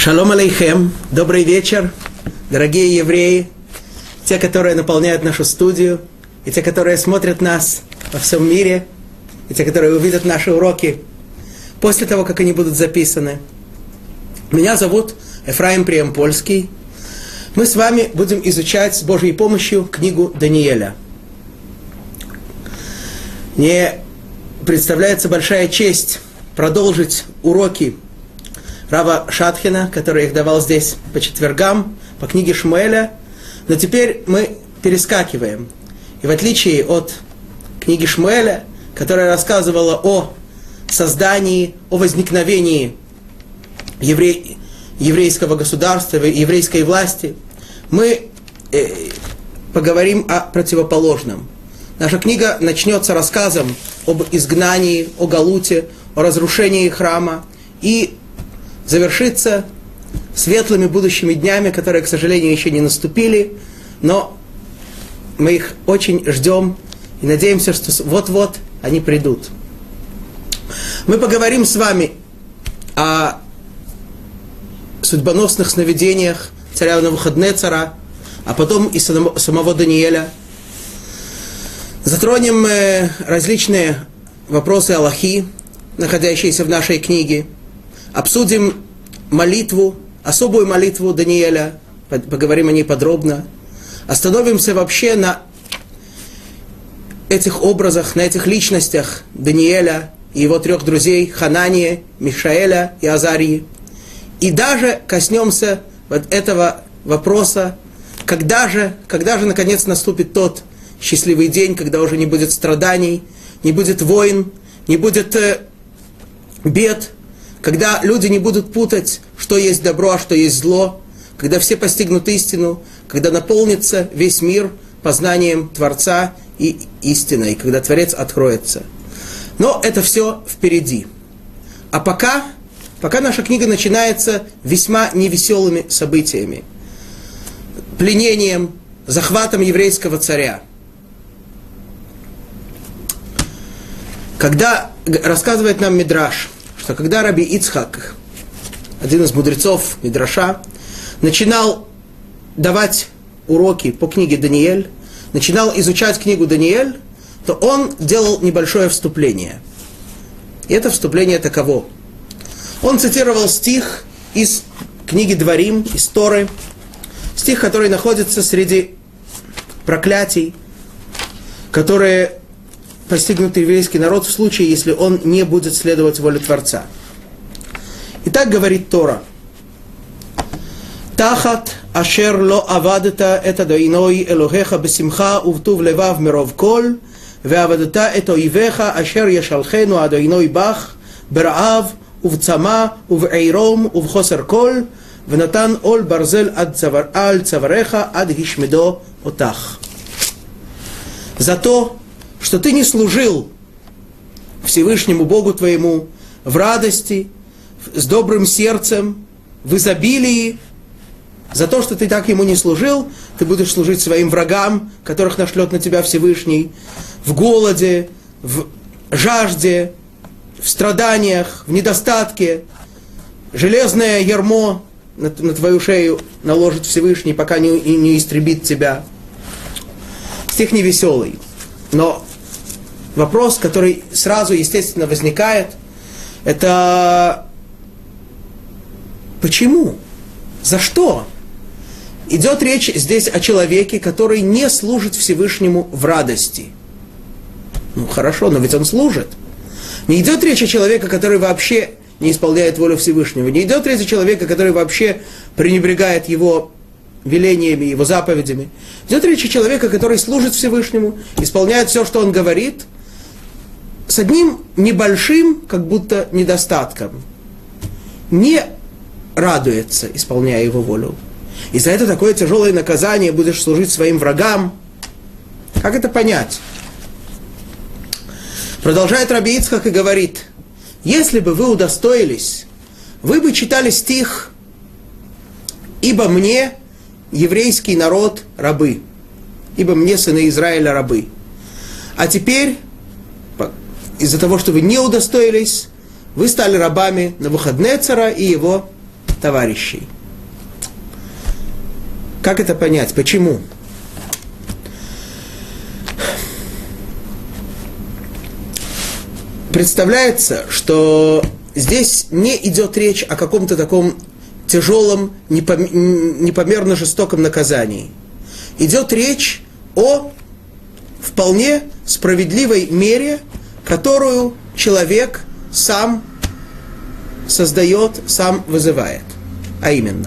Шалом алейхем, добрый вечер, дорогие евреи, те, которые наполняют нашу студию, и те, которые смотрят нас во всем мире, и те, которые увидят наши уроки после того, как они будут записаны. Меня зовут Ефраим Приемпольский. Мы с вами будем изучать с Божьей помощью книгу Даниэля. Мне представляется большая честь продолжить уроки Рава Шатхина, который их давал здесь по четвергам, по книге Шмуэля. Но теперь мы перескакиваем. И в отличие от книги Шмуэля, которая рассказывала о создании, о возникновении еврейского государства, еврейской власти, мы поговорим о противоположном. Наша книга начнется рассказом об изгнании, о Галуте, о разрушении храма и завершится светлыми будущими днями, которые, к сожалению, еще не наступили, но мы их очень ждем и надеемся, что вот-вот они придут. Мы поговорим с вами о судьбоносных сновидениях царя Навуходнецара, а потом и самого Даниэля. Затронем различные вопросы алахи, находящиеся в нашей книге. Обсудим молитву, особую молитву Даниэля, поговорим о ней подробно. Остановимся вообще на этих образах, на этих личностях Даниэля и его трех друзей Ханании, Мишаэля и Азарии. И даже коснемся вот этого вопроса, когда же наконец наступит тот счастливый день, когда уже не будет страданий, не будет войн, не будет бед, когда люди не будут путать, что есть добро, а что есть зло, когда все постигнут истину, когда наполнится весь мир познанием Творца и истиной, когда Творец откроется. Но это все впереди. А пока наша книга начинается весьма невеселыми событиями. Пленением, захватом еврейского царя. Когда рассказывает нам Мидраш, что когда Раби Ицхак, один из мудрецов Мидраша, начинал давать уроки по книге Даниэль, начинал изучать книгу Даниэль, то он делал небольшое вступление. И это вступление таково. Он цитировал стих из книги Дворим, из Торы, стих, который находится среди проклятий, которые постигнут еврейский народ в случае, если он не будет следовать воле Творца. И так говорит Тора. «Тахат ашер ло авадата эт Адоной Элохеха бесимха увтув левав миров кол, веавадата эт оивеха ашер яшалхену Адоной бах, бераав, увцама, увэйром, увхосер кол, венатан ол барзель аль цавареха ад гишмедо отах». За то, что ты не служил Всевышнему Богу твоему в радости, с добрым сердцем, в изобилии. За то, что ты так ему не служил, ты будешь служить своим врагам, которых нашлет на тебя Всевышний, в голоде, в жажде, в страданиях, в недостатке. Железное ярмо на твою шею наложит Всевышний, пока не истребит тебя. Стих невеселый. Но вопрос, который сразу, естественно, возникает, это почему? За что? Идет речь здесь о человеке, который не служит Всевышнему в радости. Ну хорошо, но ведь он служит. Не идет речь о человеке, который вообще не исполняет волю Всевышнего. Не идет речь о человеке, который вообще пренебрегает его велениями, его заповедями. Идет речь о человеке, который служит Всевышнему, исполняет все, что он говорит, с одним небольшим, как будто, недостатком. Не радуется, исполняя его волю. И за это такое тяжелое наказание будешь служить своим врагам. Как это понять? Продолжает Раби Ицхак и говорит: если бы вы удостоились, вы бы читали стих «Ибо мне еврейский народ рабы, ибо мне сыны Израиля рабы». А теперь, из-за того, что вы не удостоились, вы стали рабами Навуходнецара и его товарищей. Как это понять? Почему? Представляется, что здесь не идет речь о каком-то таком тяжелом, непомерно жестоком наказании. Идет речь о вполне справедливой мере, которую человек сам создает, сам вызывает. А именно,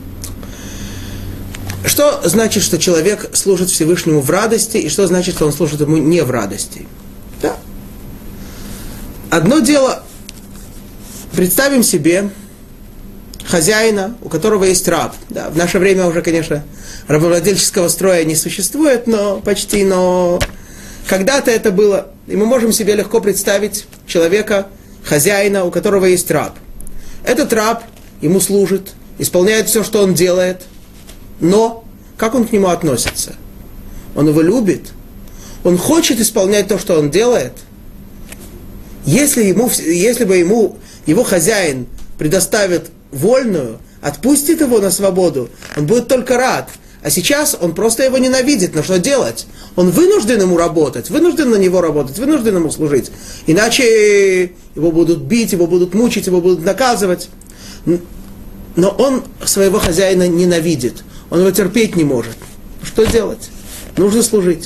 что значит, что человек служит Всевышнему в радости, и что значит, что он служит ему не в радости? Да. Одно дело, представим себе хозяина, у которого есть раб. Да, в наше время уже, конечно, рабовладельческого строя не существует, но почти, но когда-то это было. И мы можем себе легко представить человека, хозяина, у которого есть раб. Этот раб ему служит, исполняет все, что он делает, но как он к нему относится? Он его любит, он хочет исполнять то, что он делает. Если бы ему его хозяин предоставит вольную, отпустит его на свободу, он будет только рад. А сейчас он просто его ненавидит. Но что делать? Он вынужден ему работать, вынужден на него работать, вынужден ему служить. Иначе его будут бить, его будут мучить, его будут наказывать. Но он своего хозяина ненавидит. Он его терпеть не может. Что делать? Нужно служить.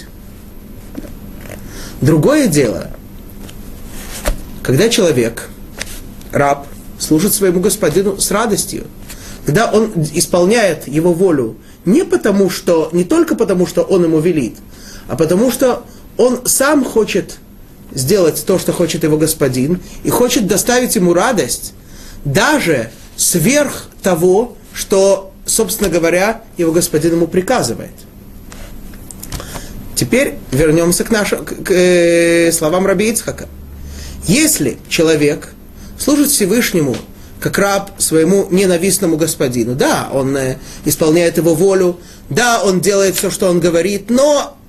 Другое дело, когда человек, раб, служит своему господину с радостью, когда он исполняет его волю не только потому, что он ему велит, а потому что он сам хочет сделать то, что хочет его господин, и хочет доставить ему радость, даже сверх того, что, собственно говоря, его господин ему приказывает. Теперь вернемся к словам раби Ицхака. Если человек служит Всевышнему, как раб своему ненавистному господину, да, он исполняет его волю, да, он делает все, что он говорит, но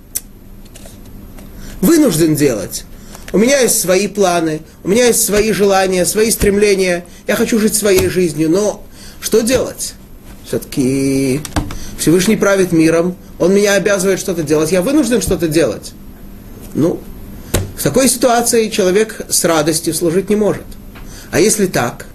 вынужден делать. У меня есть свои планы, у меня есть свои желания, свои стремления, я хочу жить своей жизнью, но что делать? Все-таки Всевышний правит миром, он меня обязывает что-то делать, я вынужден что-то делать. В такой ситуации человек с радостью служить не может. А если так?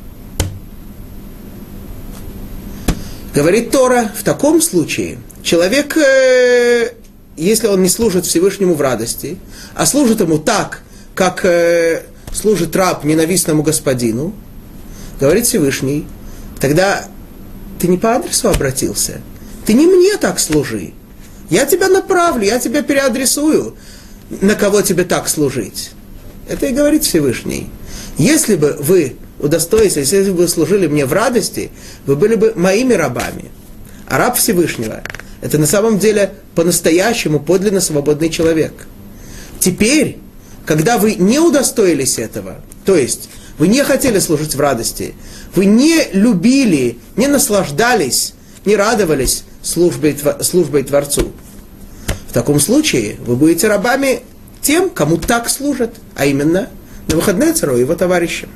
Говорит Тора, в таком случае человек, если он не служит Всевышнему в радости, а служит ему так, как служит раб ненавистному господину, говорит Всевышний, тогда ты не по адресу обратился, ты не мне так служи, я тебя направлю, я тебя переадресую, на кого тебе так служить. Это и говорит Всевышний. Если бы вы удостоились, если бы вы служили мне в радости, вы были бы моими рабами. А раб Всевышнего – это на самом деле по-настоящему подлинно свободный человек. Теперь, когда вы не удостоились этого, то есть вы не хотели служить в радости, вы не любили, не наслаждались, не радовались службой Творцу, в таком случае вы будете рабами тем, кому так служат, а именно Навуходоносору и его товарищам.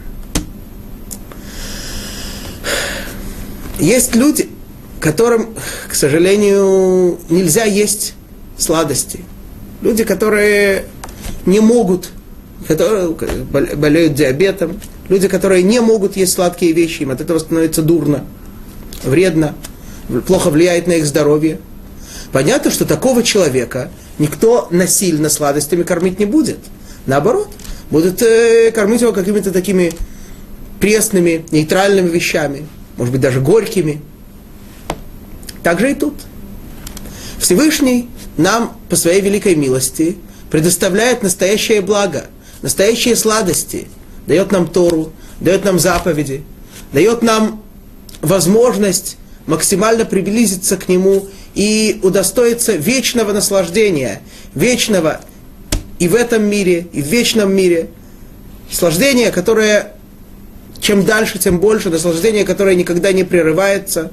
Есть люди, которым, к сожалению, нельзя есть сладости. Люди, которые не могут, которые болеют диабетом, люди, которые не могут есть сладкие вещи, им от этого становится дурно, вредно, плохо влияет на их здоровье. Понятно, что такого человека никто насильно сладостями кормить не будет. Наоборот, будут кормить его какими-то такими пресными, нейтральными вещами, может быть, даже горькими. Так же и тут. Всевышний нам по своей великой милости предоставляет настоящее благо, настоящие сладости, дает нам Тору, дает нам заповеди, дает нам возможность максимально приблизиться к Нему и удостоиться вечного наслаждения, вечного и в этом мире, и в вечном мире. Наслаждение, которое чем дальше, тем больше, наслаждение, которое никогда не прерывается.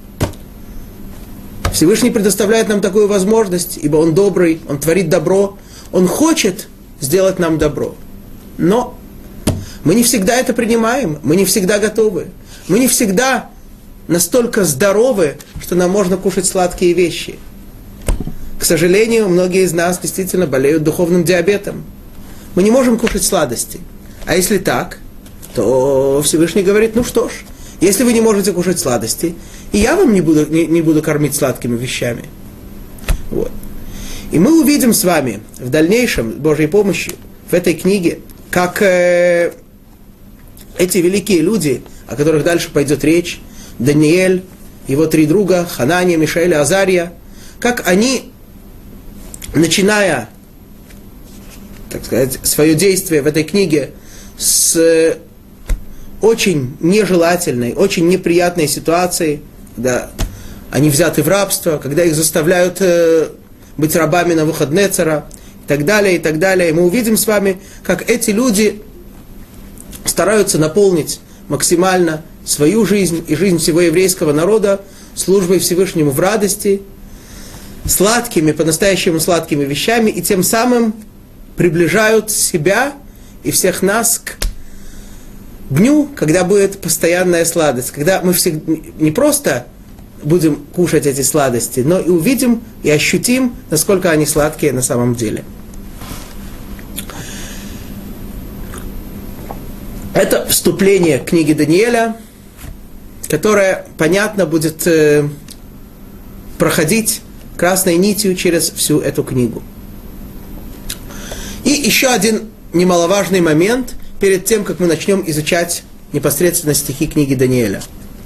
Всевышний предоставляет нам такую возможность, ибо Он добрый, Он творит добро, Он хочет сделать нам добро. Но мы не всегда это принимаем, мы не всегда готовы. Мы не всегда настолько здоровы, что нам можно кушать сладкие вещи. К сожалению, многие из нас действительно болеют духовным диабетом. Мы не можем кушать сладости. А если так, то Всевышний говорит, ну что ж, если вы не можете кушать сладости, и я вам не буду кормить сладкими вещами. Вот. И мы увидим с вами в дальнейшем, с Божьей помощью, в этой книге, как эти великие люди, о которых дальше пойдет речь, Даниэль, его 3 друга, Ханания, Мишаэль и Азария, как они, начиная, так сказать, свое действие в этой книге с очень нежелательной, очень неприятной ситуации, когда они взяты в рабство, когда их заставляют быть рабами Навуходнецера, и так далее, и так далее. И мы увидим с вами, как эти люди стараются наполнить максимально свою жизнь и жизнь всего еврейского народа службой Всевышнему в радости, сладкими, по-настоящему сладкими вещами, и тем самым приближают себя и всех нас к дню, когда будет постоянная сладость, когда мы не просто будем кушать эти сладости, но и увидим и ощутим, насколько они сладкие на самом деле. Это вступление к книге Даниэля, которое, понятно, будет проходить красной нитью через всю эту книгу. И еще один немаловажный момент перед тем, как мы начнем изучать непосредственно стихи книги Даниэля.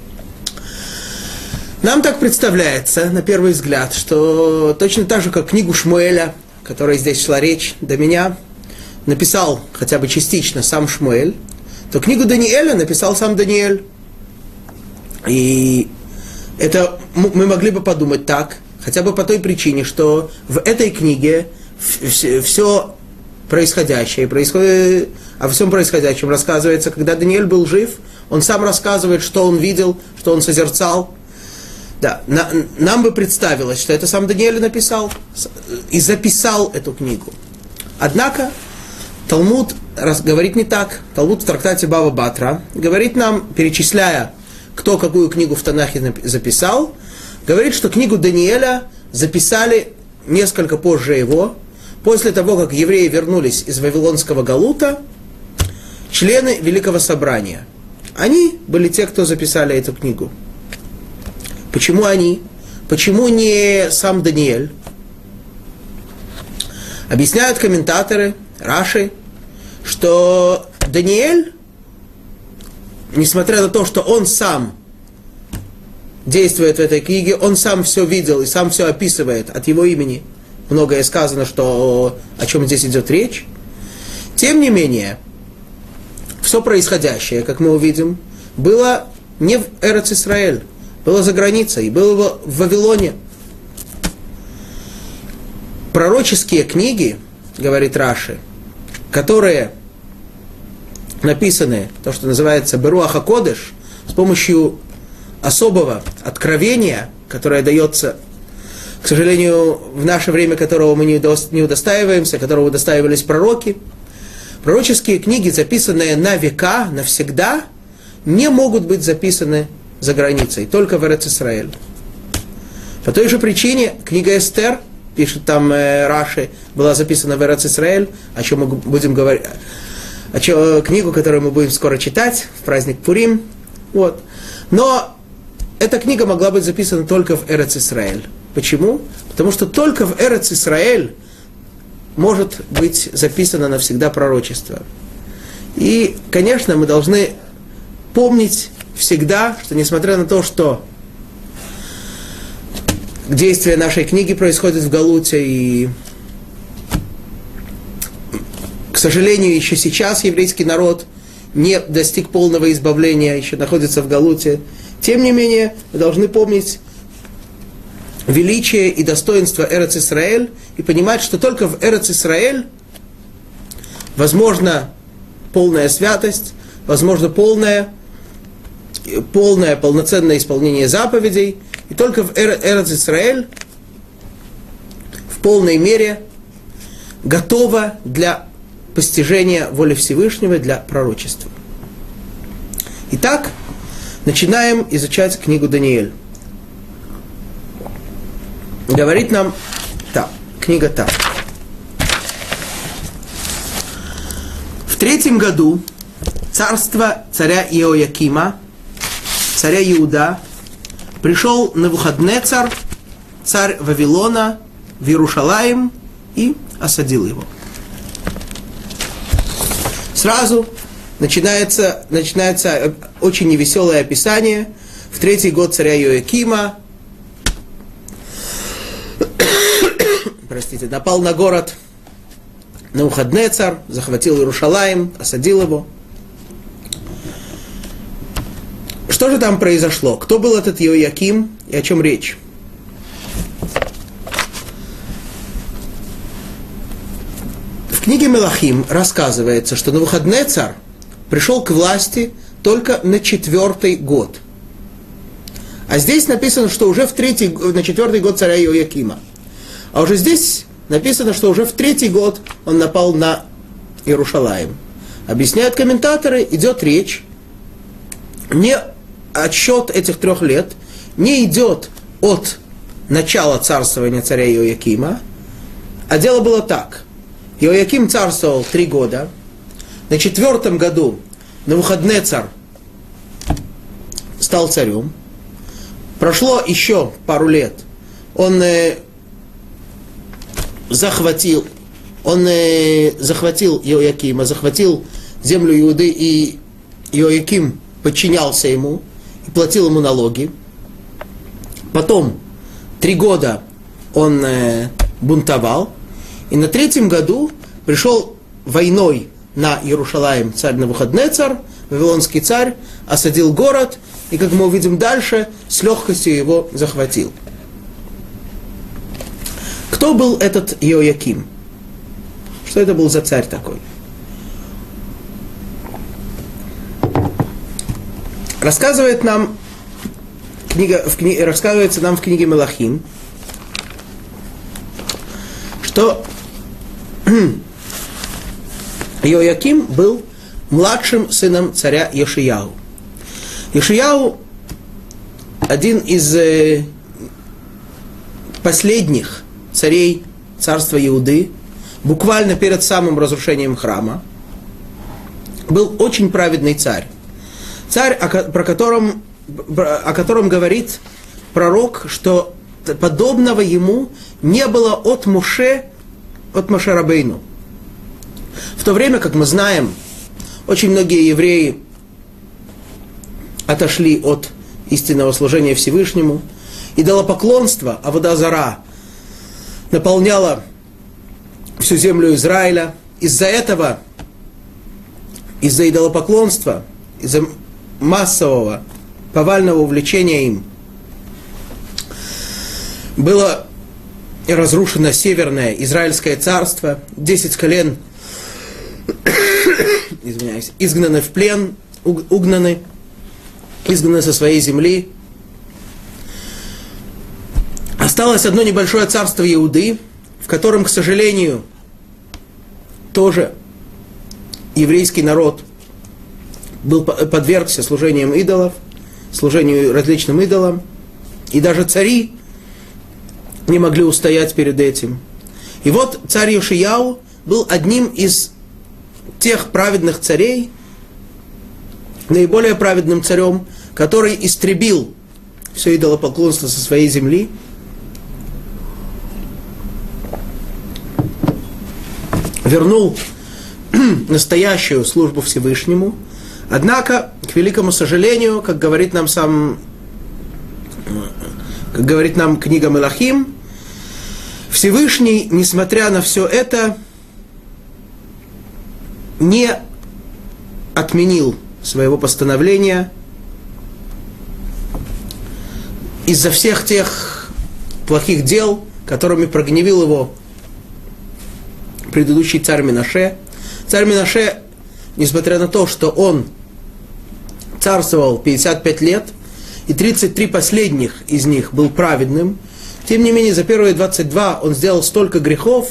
Нам так представляется, на первый взгляд, что точно так же, как книгу Шмуэля, о которой здесь шла речь до меня, написал хотя бы частично сам Шмуэль, то книгу Даниэля написал сам Даниэль. И это мы могли бы подумать так, хотя бы по той причине, что в этой книге все происходящее, о всем происходящем рассказывается. Когда Даниэль был жив, он сам рассказывает, что он видел, что он созерцал. Да, нам бы представилось, что это сам Даниэль написал и записал эту книгу. Однако Талмуд говорит не так. Талмуд в трактате Бава Батра говорит нам, перечисляя, кто какую книгу в Танахе записал, говорит, что книгу Даниэля записали несколько позже его, после того, как евреи вернулись из Вавилонского галута, члены Великого Собрания. Они были те, кто записали эту книгу. Почему они? Почему не сам Даниэль? Объясняют комментаторы, Раши, что Даниэль, несмотря на то, что он сам действует в этой книге, он сам все видел и сам все описывает от его имени. Многое сказано, что, о чем здесь идет речь. Тем не менее, все происходящее, как мы увидим, было не в Эрец-Исраэль, было за границей, было в Вавилоне. Пророческие книги, говорит Раши, которые написаны, то, что называется Беруах ха-Кодеш, с помощью особого откровения, которое дается, к сожалению, в наше время, которого мы не удостаиваемся, которого удостаивались пророки. Пророческие книги, записанные на века, навсегда, не могут быть записаны за границей, только в Эрец-Исраэль. По той же причине книга Эстер, пишет там Раши, была записана в Эрец-Исраэль, о чем мы будем говорить, книгу, которую мы будем скоро читать в праздник Пурим. Вот. Но эта книга могла быть записана только в Эрец-Исраэль. Почему? Потому что только в Эрец-Исраэль может быть записано навсегда пророчество. И, конечно, мы должны помнить всегда, что несмотря на то, что действие нашей книги происходит в Галуте, и, к сожалению, еще сейчас еврейский народ не достиг полного избавления, еще находится в Галуте, тем не менее, мы должны помнить величие и достоинство Эрец-Исраэль и понимать, что только в Эрец-Исраэль возможна полная святость, возможно полное, полноценное исполнение заповедей, и только в Эрец-Исраэль в полной мере готово для постижения воли Всевышнего, для пророчества. Итак, Начинаем изучать книгу Даниэль. Говорит нам так, книга так. В 3-м году царства царя Иоякима, царя Иуда, пришел Навуходнецар, царь Вавилона, в Иерушалаим и осадил его. Сразу начинается очень невеселое описание. В 3-й год царя Иоякима, напал на город Навуходнецар, захватил Иерушалаим, осадил его. Что же там произошло? Кто был этот Иояким и о чем речь? В книге Мелахим рассказывается, что Навуходнецар пришел к власти только на 4-й год. А здесь написано, что уже на 4-й год царя Иоякима. А уже здесь написано, что уже в 3-й год он напал на Иерушалаим. Объясняют комментаторы, идет речь, не отсчет этих 3 лет не идет от начала царствования царя Иоякима, а дело было так. Иояким царствовал 3 года. На 4-м году Навуходнецар стал царем. Прошло еще пару лет. Он захватил Иоякима, захватил землю Иуды, и Иояким подчинялся ему и платил ему налоги. Потом 3 года он бунтовал, и на 3-м году пришел войной на Иерушалаим царь Навуходнецар, вавилонский царь, осадил город, и, как мы увидим дальше, с легкостью его захватил. Кто был этот Иояким? Что это был за царь такой? Рассказывается нам в книге Мелахим, что Иояким был младшим сыном царя Йошияу. Йошияу один из последних царей царства Иуды, буквально перед самым разрушением храма, был очень праведный царь. Царь, о котором говорит пророк, что подобного ему не было от Моше Рабейну. В то время, как мы знаем, очень многие евреи отошли от истинного служения Всевышнему, идолопоклонство, авода зара, наполняло всю землю Израиля. Из-за этого, из-за идолопоклонства, из-за массового повального увлечения им, было разрушено Северное Израильское царство, 10 колен изгнаны в плен, изгнаны со своей земли. Осталось одно небольшое царство Иуды, в котором, к сожалению, тоже еврейский народ подвергся служению идолов, служению различным идолам, и даже цари не могли устоять перед этим. И вот царь Йошияу был одним из тех праведных царей, наиболее праведным царем, который истребил все идолопоклонство со своей земли, вернул настоящую службу Всевышнему. Однако, к великому сожалению, как говорит нам книга Мелахим, Всевышний, несмотря на все это, не отменил своего постановления из-за всех тех плохих дел, которыми прогневил его предыдущий царь Менаше. Царь Менаше, несмотря на то, что он царствовал 55 лет, и 33 последних из них был праведным, тем не менее за первые 22 он сделал столько грехов,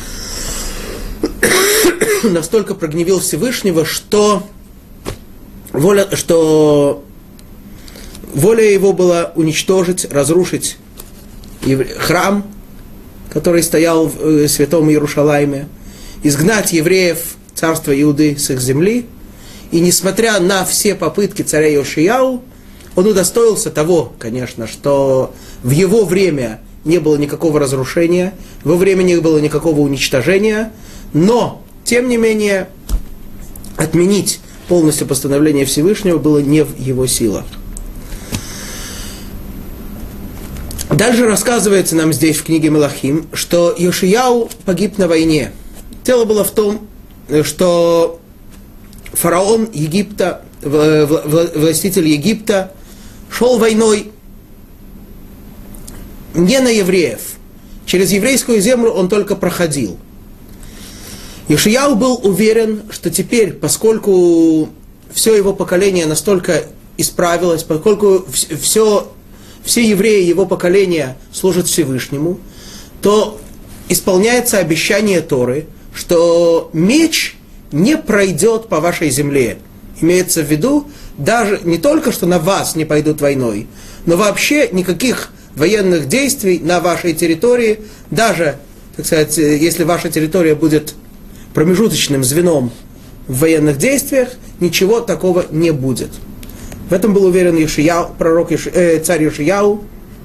настолько прогневил Всевышнего, что воля его была уничтожить, разрушить храм, который стоял в святом Иерушалайме, изгнать евреев царства Иуды с их земли. И несмотря на все попытки царя Йошияу, он удостоился того, конечно, что в его время не было никакого разрушения, в его время не было никакого уничтожения, но, тем не менее, отменить полностью постановление Всевышнего было не в его силах. Дальше рассказывается нам здесь в книге Мелахим, что Йошияу погиб на войне. Дело было в том, что фараон Египта, властитель Египта, шел войной не на евреев. Через еврейскую землю он только проходил. Йошияу был уверен, что теперь, поскольку все его поколение настолько исправилось, поскольку все евреи его поколения служат Всевышнему, то исполняется обещание Торы, что меч не пройдет по вашей земле. Имеется в виду, даже не только, что на вас не пойдут войной, но вообще никаких военных действий на вашей территории, даже, так сказать, если ваша территория будет промежуточным звеном в военных действиях, ничего такого не будет. В этом был уверен царь Йошияу.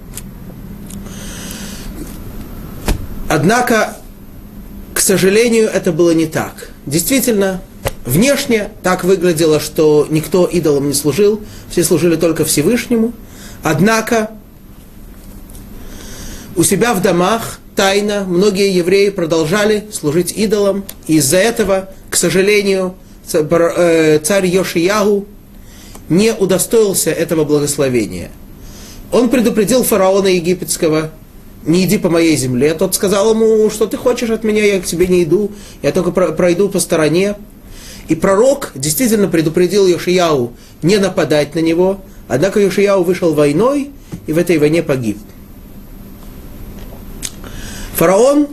Однако, к сожалению, это было не так. Действительно, внешне так выглядело, что никто идолам не служил, все служили только Всевышнему. Однако, у себя в домах тайно многие евреи продолжали служить идолам. И из-за этого, к сожалению, царь Йошияу не удостоился этого благословения. Он предупредил фараона египетского: не иди по моей земле. Тот сказал ему: что ты хочешь от меня, я к тебе не иду, я только пройду по стороне. И пророк действительно предупредил Йошияу не нападать на него, однако Йошияу вышел войной и в этой войне погиб. Фараон,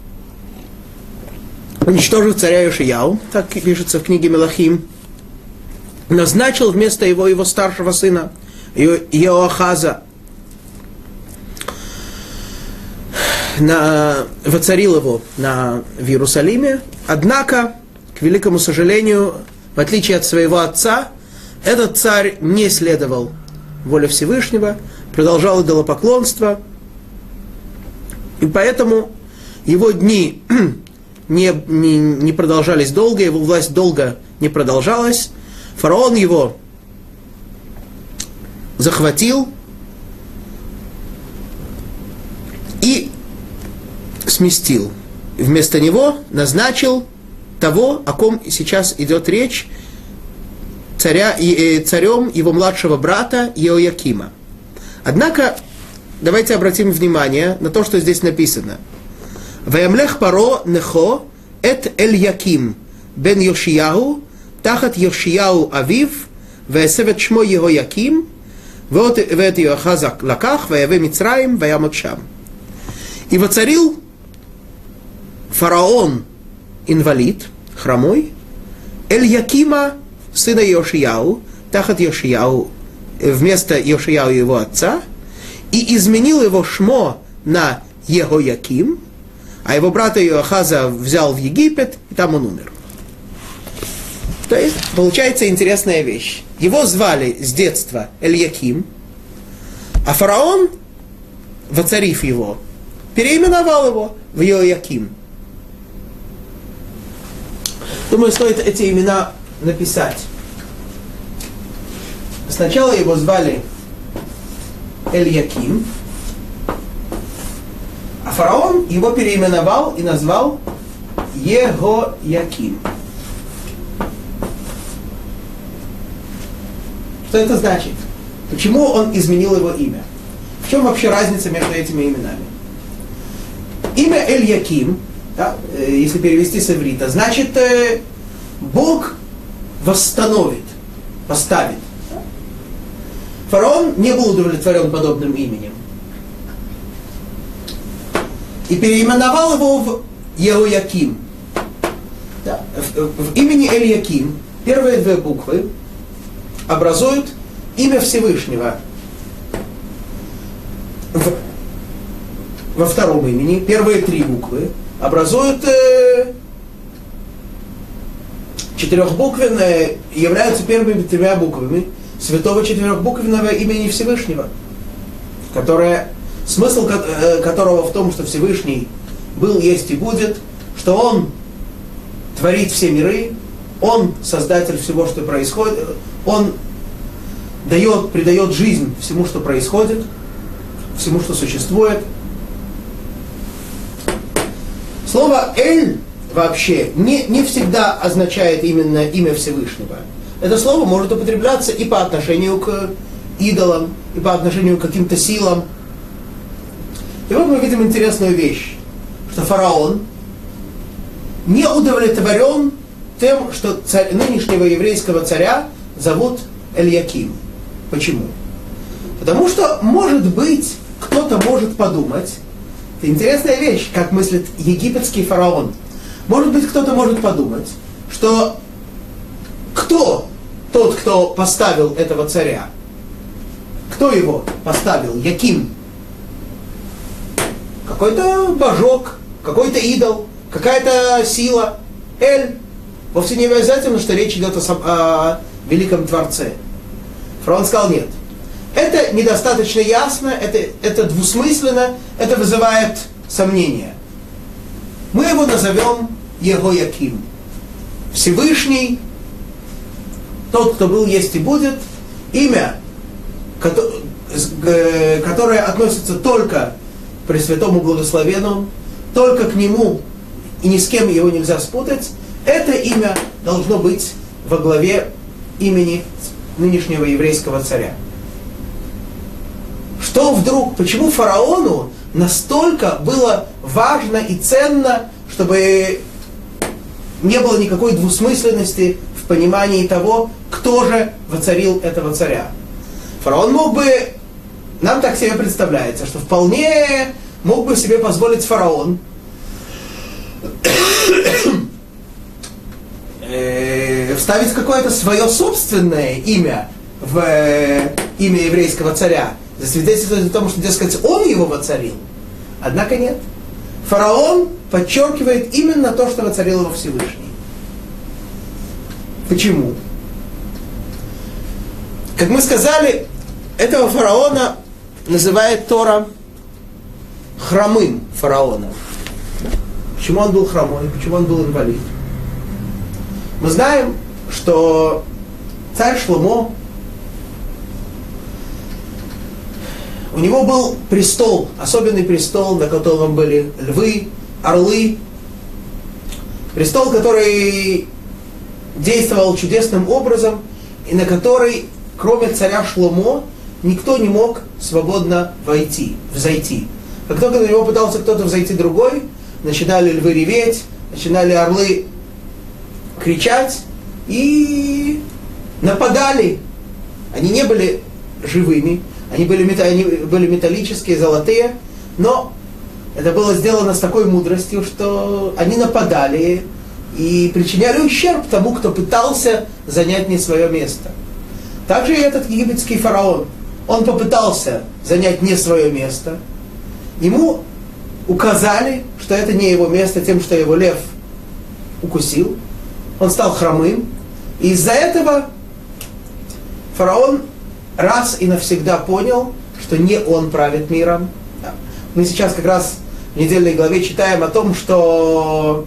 уничтожив царя Йошияу, так пишется в книге Мелахим, назначил вместо его старшего сына Йоахаза, воцарил его в Иерусалиме. Однако, к великому сожалению, в отличие от своего отца, этот царь не следовал воле Всевышнего, продолжал идолопоклонство, и поэтому его дни не продолжались долго, его власть долго не продолжалась. Фараон его захватил и сместил. Вместо него назначил того, о ком сейчас идет речь, царем его младшего брата Иоякима. Однако, давайте обратим внимание на то, что здесь написано. «Ваямлех паро нехо эт Эль-Яким бен Йошияу тахат Йошияу авив ваэсевет шмо Йеhoяким вэт Йоахаза лаках ваяве Мицраим ваямот шам». И воцарил фараон, инвалид, хромой, Эль-Якима, сына Йошияу, тахат Йошияу, вместо Йошияу его отца, и изменил его шмо на Йеhoяким, а его брата Йоахаза взял в Египет, и там он умер. То есть, получается интересная вещь. Его звали с детства Эль-Яким, а фараон, воцарив его, переименовал его в Йояким. Думаю, стоит эти имена написать. Сначала его звали Эль-Яким, а фараон его переименовал и назвал Йеhoяким. Что это значит? Почему он изменил его имя? В чем вообще разница между этими именами? Имя Эль-Яким, да, если перевести с иврита, значит Бог восстановит, поставит. Фараон не был удовлетворен подобным именем. И переименовал его в Йеhoяким. Да. В имени Эль-Яким первые две буквы образуют имя Всевышнего во втором имени. Первые три буквы образуют четырехбуквенное, являются первыми тремя буквами святого четырехбуквенного имени Всевышнего, смысл которого в том, что Всевышний был, есть и будет, что Он творит все миры, Он создатель всего, что происходит, Он придает жизнь всему, что происходит, всему, что существует. Слово «эль» вообще не всегда означает именно имя Всевышнего. Это слово может употребляться и по отношению к идолам, и по отношению к каким-то силам. И вот мы видим интересную вещь, что фараон не удовлетворен тем, что нынешнего еврейского царя зовут Эльяким. Почему? Потому что, может быть, кто-то может подумать, это интересная вещь, как мыслит египетский фараон. Может быть, кто-то может подумать, что кто тот, кто поставил этого царя? Кто его поставил? Яким? Какой-то божок, какой-то идол, какая-то сила. Эль. Вовсе не обязательно, что речь идет о великом Творце. Фараон сказал нет. Это недостаточно ясно, это двусмысленно, это вызывает сомнения. Мы его назовем Егояким. Всевышний, тот, кто был, есть и будет, имя, которое относится только к Пресвятому Благословенному, только к Нему, и ни с кем его нельзя спутать, это имя должно быть во главе имени нынешнего еврейского царя. Что вдруг, почему фараону настолько было важно и ценно, чтобы не было никакой двусмысленности в понимании того, кто же воцарил этого царя? Фараон мог бы, нам так себе представляется, что вполне мог бы себе позволить фараон вставить какое-то свое собственное имя в имя еврейского царя, засвидетельствовать о том, что, дескать, он его воцарил. Однако нет. Фараон подчеркивает именно то, что воцарил его Всевышний. Почему? Как мы сказали, этого фараона называет Тора хромым фараоном. Почему он был хромой? Почему он был инвалид? Мы знаем, что царь Шломо, у него был престол, особенный престол, на котором были львы, орлы. Престол, который действовал чудесным образом, и на который, кроме царя Шломо, никто не мог свободно взойти. Как только на него пытался кто-то взойти другой, начинали львы реветь, начинали орлы кричать и нападали. Они не были живыми, они были металлические, золотые, но это было сделано с такой мудростью, что они нападали и причиняли ущерб тому, кто пытался занять не свое место. Также и этот египетский фараон. Он попытался занять не свое место. Ему указали, что это не его место, тем, что его лев укусил. Он стал хромым. И из-за этого фараон раз и навсегда понял, что не он правит миром. Мы сейчас как раз в недельной главе читаем о том, что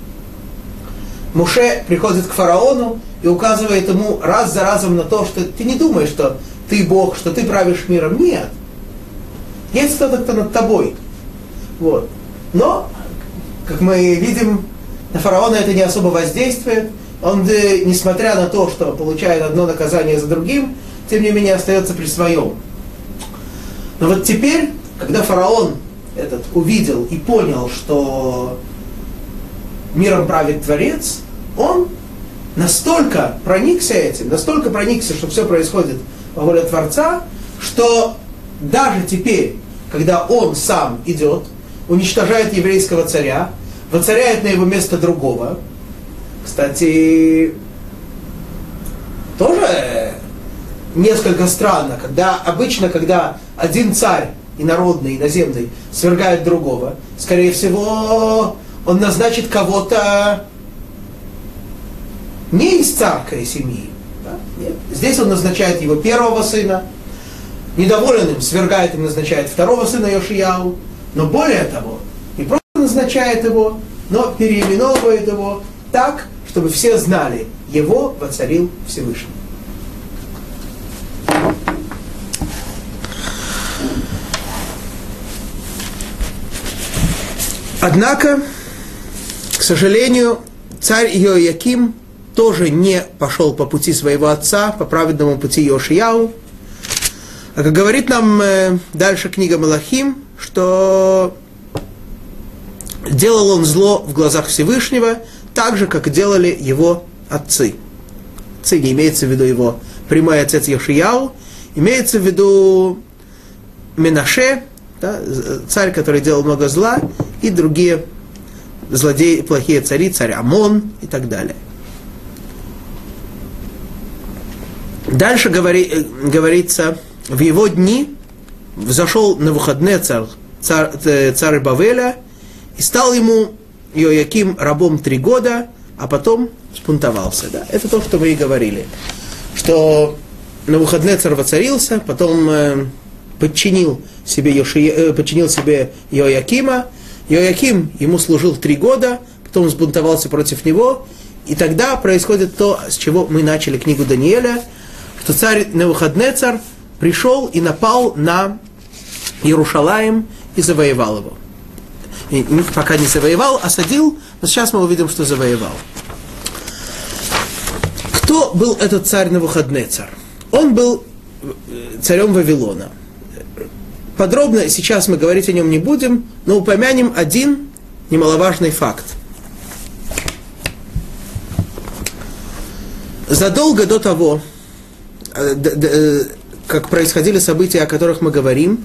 Моше приходит к фараону и указывает ему раз за разом на то, что ты не думаешь, что ты Бог, что ты правишь миром. Нет. Есть кто-то, кто над тобой. Вот. Но, как мы видим, на фараона это не особо воздействует. Он, несмотря на то, что получает одно наказание за другим, тем не менее остается при своем. Но вот теперь, когда фараон этот увидел и понял, что миром правит Творец, он настолько проникся этим, что все происходит по воле Творца, что даже теперь, когда он сам идет, уничтожает еврейского царя, воцаряет на его место другого. Кстати, тоже несколько странно, когда обычно, когда один царь, инородный, иноземный, свергает другого, скорее всего, он назначит кого-то не из царской семьи. Да? Нет. Здесь он назначает его первого сына, недоволен им, свергает и назначает второго сына Йошияу, но более того, не просто назначает его, но переименовывает его так, чтобы все знали, его воцарил Всевышний. Однако, к сожалению, царь Йояким тоже не пошел по пути своего отца, по праведному пути Йошияу. А как говорит нам дальше книга Мелахим, что делал он зло в глазах Всевышнего, так же, как делали его отцы. Отцы не имеется в виду его прямой отец Йошияу, имеется в виду Менаше, да, царь, который делал много зла, и другие злодеи, плохие цари, царь Амон и так далее. Дальше говорится, в его дни взошел Навуходнецар, царь Бавеля, и стал ему Йояким рабом 3 года, а потом спунтовался. Да? Это то, что мы и говорили, что Навуходнецар воцарился, потом подчинил себе Йоякима. Йояким ему служил 3 года, потом взбунтовался против него, и тогда происходит то, с чего мы начали книгу Даниэля, что царь Навуходнецар пришел и напал на Иерушалаим и завоевал его. И пока не завоевал, осадил, но сейчас мы увидим, что завоевал. Кто был этот царь Навуходнецар? Он был царем Вавилона. Подробно сейчас мы говорить о нем не будем, но упомянем один немаловажный факт. Задолго до того, как происходили события, о которых мы говорим,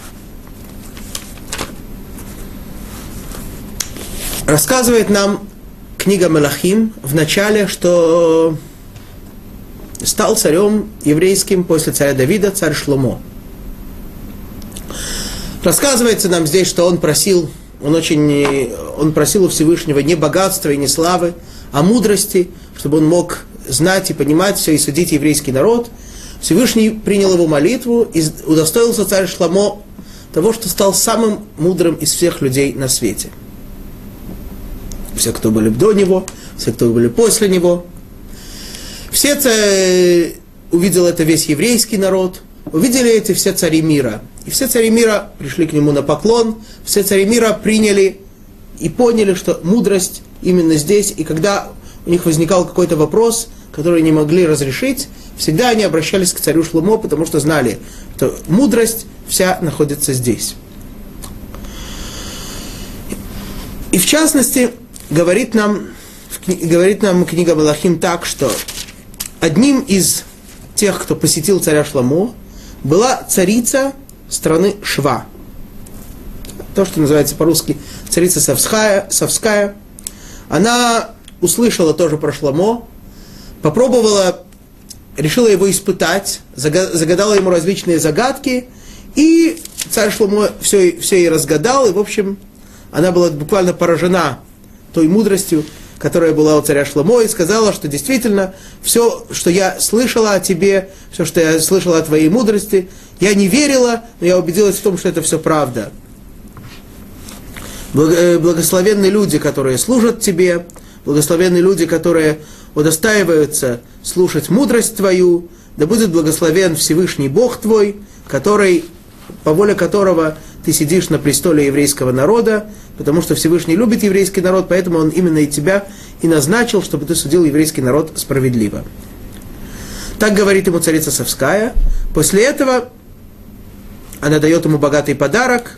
рассказывает нам книга Мелахим в начале, что стал царем еврейским после царя Давида царь Шломо. Рассказывается нам здесь, что он просил у Всевышнего не богатства и не славы, а мудрости, чтобы он мог знать и понимать все и судить еврейский народ. Всевышний принял его молитву и удостоился царь Шломо того, что стал самым мудрым из всех людей на свете. Все, кто были до него, все, кто были после него. Увидел это весь еврейский народ, увидели эти все цари мира. И все цари мира пришли к нему на поклон, все цари мира приняли и поняли, что мудрость именно здесь. И когда у них возникал какой-то вопрос, который не могли разрешить, всегда они обращались к царю Шломо, потому что знали, что мудрость вся находится здесь. И в частности, говорит нам книга Мелахим так, что одним из тех, кто посетил царя Шломо, была царица страны Шва. То, что называется по-русски царица Савская. Она услышала тоже про Шломо, решила его испытать, загадала ему различные загадки, и царь Шломо все ей разгадал, и, в общем, она была буквально поражена той мудростью, которая была у царя Шломо, и сказала, что действительно все, что я слышала о тебе, все, что я слышала о твоей мудрости, я не верила, но я убедилась в том, что это все правда. Благословенны люди, которые служат тебе, благословенны люди, которые удостаиваются слушать мудрость твою, да будет благословен Всевышний Бог твой, по воле которого ты сидишь на престоле еврейского народа, потому что Всевышний любит еврейский народ, поэтому он именно и тебя и назначил, чтобы ты судил еврейский народ справедливо. Так говорит ему царица Савская. После этого она дает ему богатый подарок.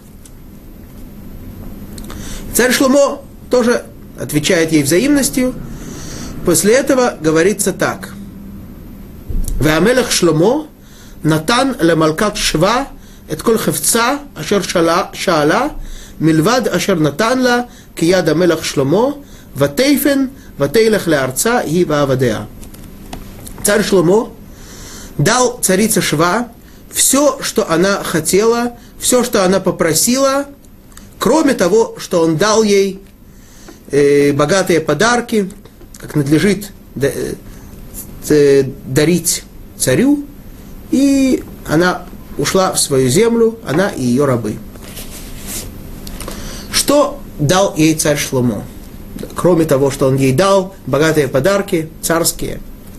Царь Шломо тоже отвечает ей взаимностью. После этого говорится так. «Веамелех Шломо натан лемалкат Шва את כל חפצה אשר שאלה מלבד אשר נתן לה כיד המלך שלמה ותפן ותלך לארצה היא ועבדיה». Царь Шломо дал царице Шва все, что она хотела, все, что она попросила, кроме того, что он дал ей богатые подарки, как надлежит дарить царю, и она ушла в свою землю, она и ее рабы. Что дал ей царь Шломо? Кроме того, что он ей дал богатые подарки царские.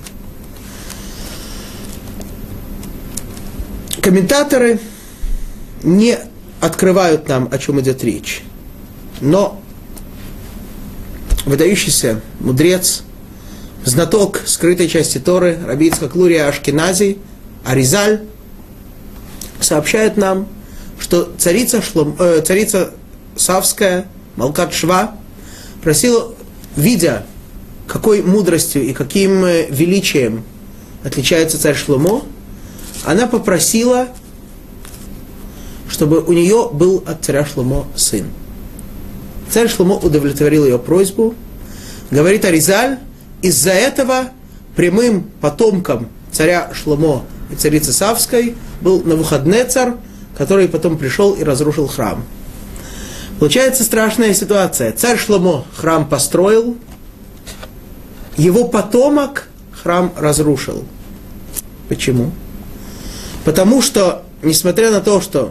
Комментаторы не открывают нам, о чем идет речь. Но выдающийся мудрец, знаток скрытой части Торы, Раби Ицхак Лурия Ашкенази, Аризаль, сообщает нам, что царица Савская, Малкат Шва, просила, видя, какой мудростью и каким величием отличается царь Шломо, она попросила, чтобы у нее был от царя Шломо сын. Царь Шломо удовлетворил ее просьбу. Говорит Аризаль, из-за этого прямым потомком царя Шломо и царицы Савской был Навуходнецар, который потом пришел и разрушил храм. Получается страшная ситуация. Царь Шломо храм построил, его потомок храм разрушил. Почему? Потому что, несмотря на то, что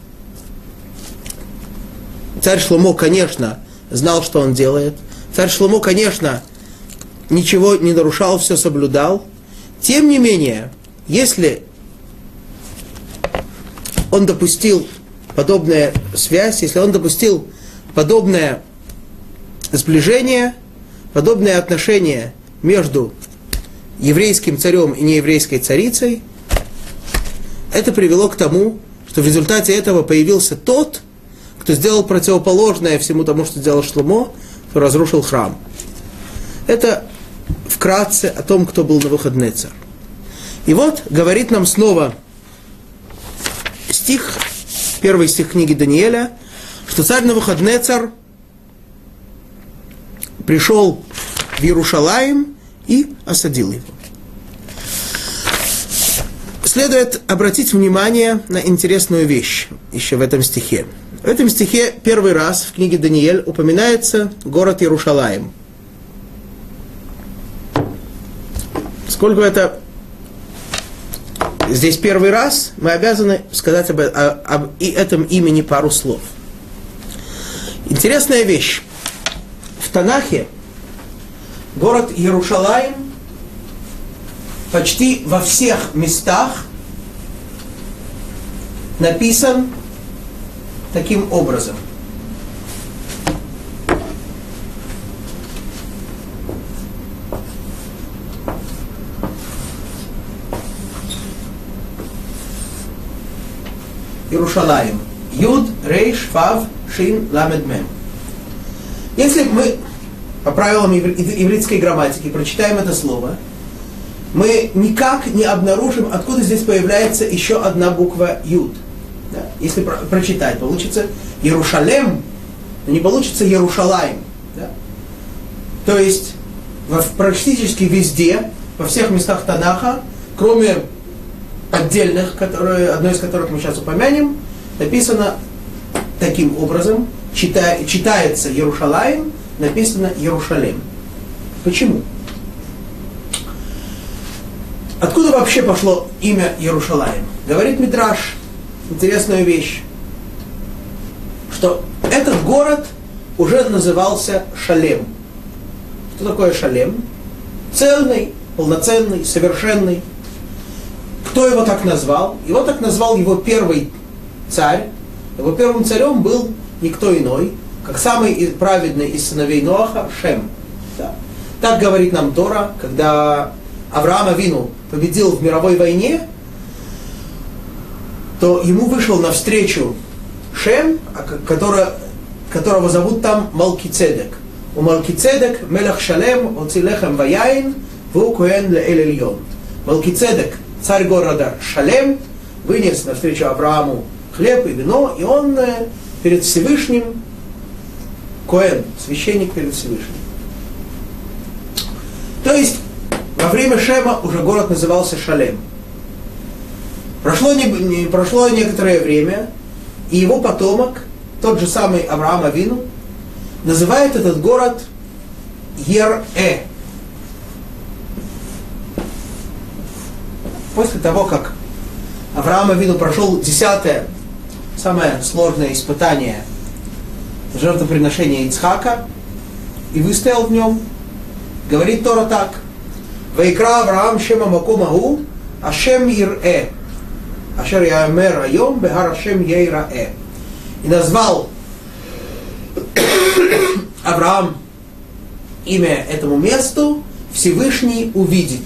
царь Шломо, конечно, знал, что он делает, царь Шломо, конечно, ничего не нарушал, все соблюдал, тем не менее, если он допустил подобная связь, если он допустил подобное сближение, подобное отношение между еврейским царем и нееврейской царицей, это привело к тому, что в результате этого появился тот, кто сделал противоположное всему тому, что сделал Шломо, кто разрушил храм. Это вкратце о том, кто был Навуходнецар. И вот говорит нам снова стих, первый стих книги Даниэля, что царь Навуходнецар пришел в Иерушалаим и осадил его. Следует обратить внимание на интересную вещь еще в этом стихе. В этом стихе первый раз в книге Даниэль упоминается город Иерушалаим. Поскольку это здесь первый раз, мы обязаны сказать об этом имени пару слов. Интересная вещь. В Танахе город Иерушалаим почти во всех местах написан таким образом. Иерушалаим. Юд, Рейш, Фав, Шин, Ламед, Мем. Если мы по правилам ивритской грамматики прочитаем это слово, мы никак не обнаружим, откуда здесь появляется еще одна буква Юд. Да? Если прочитать, получится Иерушалем, но не получится Иерушалаим. Да? То есть практически везде, во всех местах Танаха, кроме отдельных, одно из которых мы сейчас упомянем, написано таким образом, читается Иерушалаим, написано Иерушалем. Почему? Откуда вообще пошло имя Иерушалаим? Говорит Мидраш интересную вещь, что этот город уже назывался Шалем. Что такое Шалем? Цельный, полноценный, совершенный. Кто его так назвал? Его так назвал его первый царь. Его первым царем был никто иной, как самый праведный из сыновей Ноаха, Шем. Да. Так говорит нам Тора, когда Авраам Авину победил в мировой войне, то ему вышел навстречу Шем, которого зовут там Малкицедек. У Малкицедек мелах Шалем, оцилехем ваяин, ву коэн леэль эльон. Малкицедек, царь города Шалем, вынес навстречу Аврааму хлеб и вино, и он перед Всевышним, коэн, священник перед Всевышним. То есть, во время Шема уже город назывался Шалем. Прошло некоторое время, и его потомок, тот же самый Авраам Авину, называет этот город Ер-Э. После того, как Авраам Авину прошел 10-е, самое сложное испытание жертвоприношения Ицхака, и выстоял в нем, говорит Тора так: «Ваикра Авраам шема макомаху Ашем Ир-Э, Ашер Яэмер Айом Бехар Ашем Ейра-Э». И назвал Авраам имя этому месту «Всевышний увидит».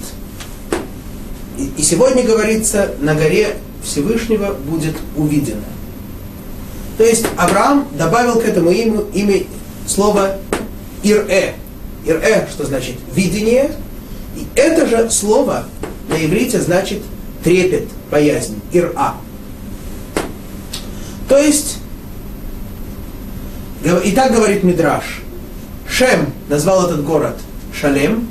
И сегодня говорится, на горе Всевышнего будет увидено. То есть Авраам добавил к этому имя слово Ир-Э. Ир-Э, что значит видение. И это же слово на иврите значит трепет, боязнь. Ир-А. То есть, и так говорит Мидраш. Шем назвал этот город Шалем.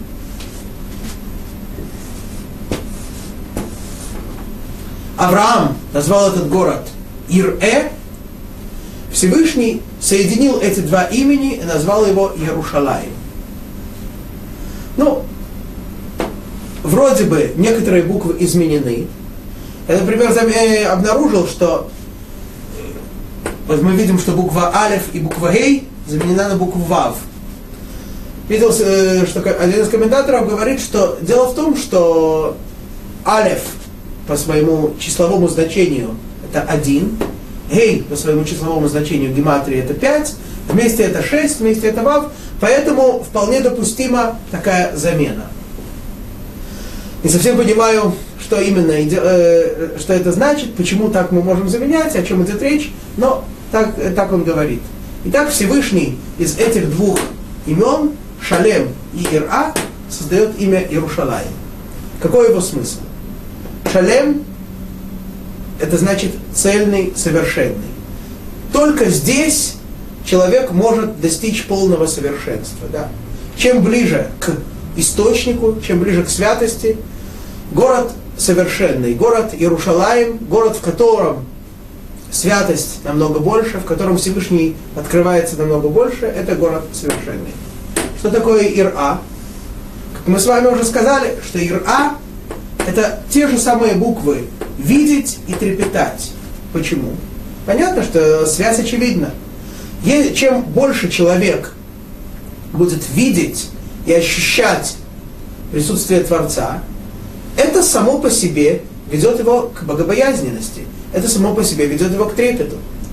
Авраам назвал этот город Ир-Э. Всевышний соединил эти два имени и назвал его Иерушалаим. Ну, вроде бы некоторые буквы изменены. Я, например, обнаружил, что вот мы видим, что буква Алеф и буква Гей заменена на букву Вав. Видел, что один из комментаторов говорит, что дело в том, что Алеф по своему числовому значению это 1, Гей по своему числовому значению гематрии это 5, вместе это 6, вместе это Вав, поэтому вполне допустима такая замена. Не совсем понимаю, что именно, что это значит, почему так мы можем заменять, о чем идет речь, но так он говорит. Итак, Всевышний из этих двух имен, Шалем и Ир-А, создает имя Иерушалаим. Какой его смысл? Шалем — это значит цельный, совершенный. Только здесь человек может достичь полного совершенства. Да? Чем ближе к источнику, чем ближе к святости, город совершенный, город Иерушалаим, город, в котором святость намного больше, в котором Всевышний открывается намного больше, это город совершенный. Что такое Ир-А? Как мы с вами уже сказали, что Ир-А — это те же самые буквы «видеть» и «трепетать». Почему? Понятно, что связь очевидна. Чем больше человек будет видеть и ощущать присутствие Творца, это само по себе ведет его к богобоязненности. Это само по себе ведет его к трепету.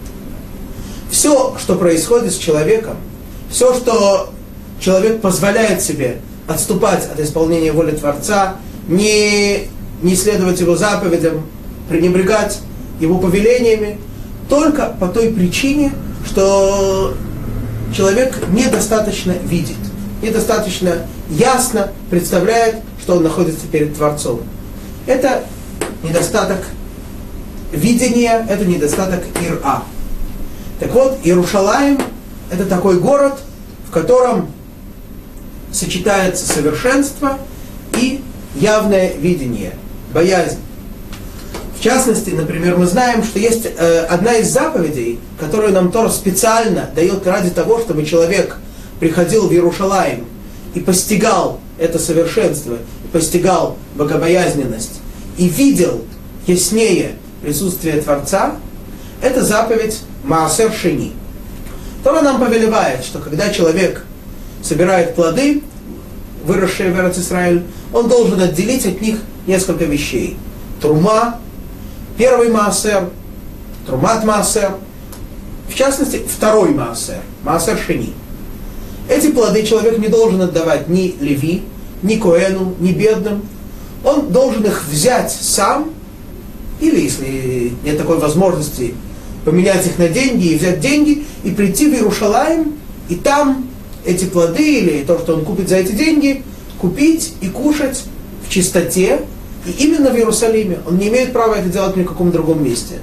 Все, что происходит с человеком, все, что человек позволяет себе отступать от исполнения воли Творца, не следовать его заповедям, пренебрегать его повелениями, только по той причине, что человек недостаточно видит, недостаточно ясно представляет, что он находится перед Творцом. Это недостаток видения, это недостаток Ир-А. Так вот, Иерушалаим — это такой город, в котором сочетается совершенство и явное видение, боязнь. В частности, например, мы знаем, что есть одна из заповедей, которую нам Тора специально дает ради того, чтобы человек приходил в Иерушалаим и постигал это совершенство, постигал богобоязненность и видел яснее присутствие Творца, это заповедь Маасер Шени. Тора нам повелевает, что когда человек собирает плоды, выросшие в Эрец-Исраэль, он должен отделить от них несколько вещей. Трума, первый Маасер, Трумат Маасер, в частности, второй Маасер, Маасер Шени. Эти плоды человек не должен отдавать ни Леви, ни Коэну, ни бедным. Он должен их взять сам, или, если нет такой возможности, поменять их на деньги и взять деньги, и прийти в Иерушалаим, и там эти плоды, или то, что он купит за эти деньги, купить и кушать в чистоте, и именно в Иерусалиме. Он не имеет права это делать ни в каком другом месте.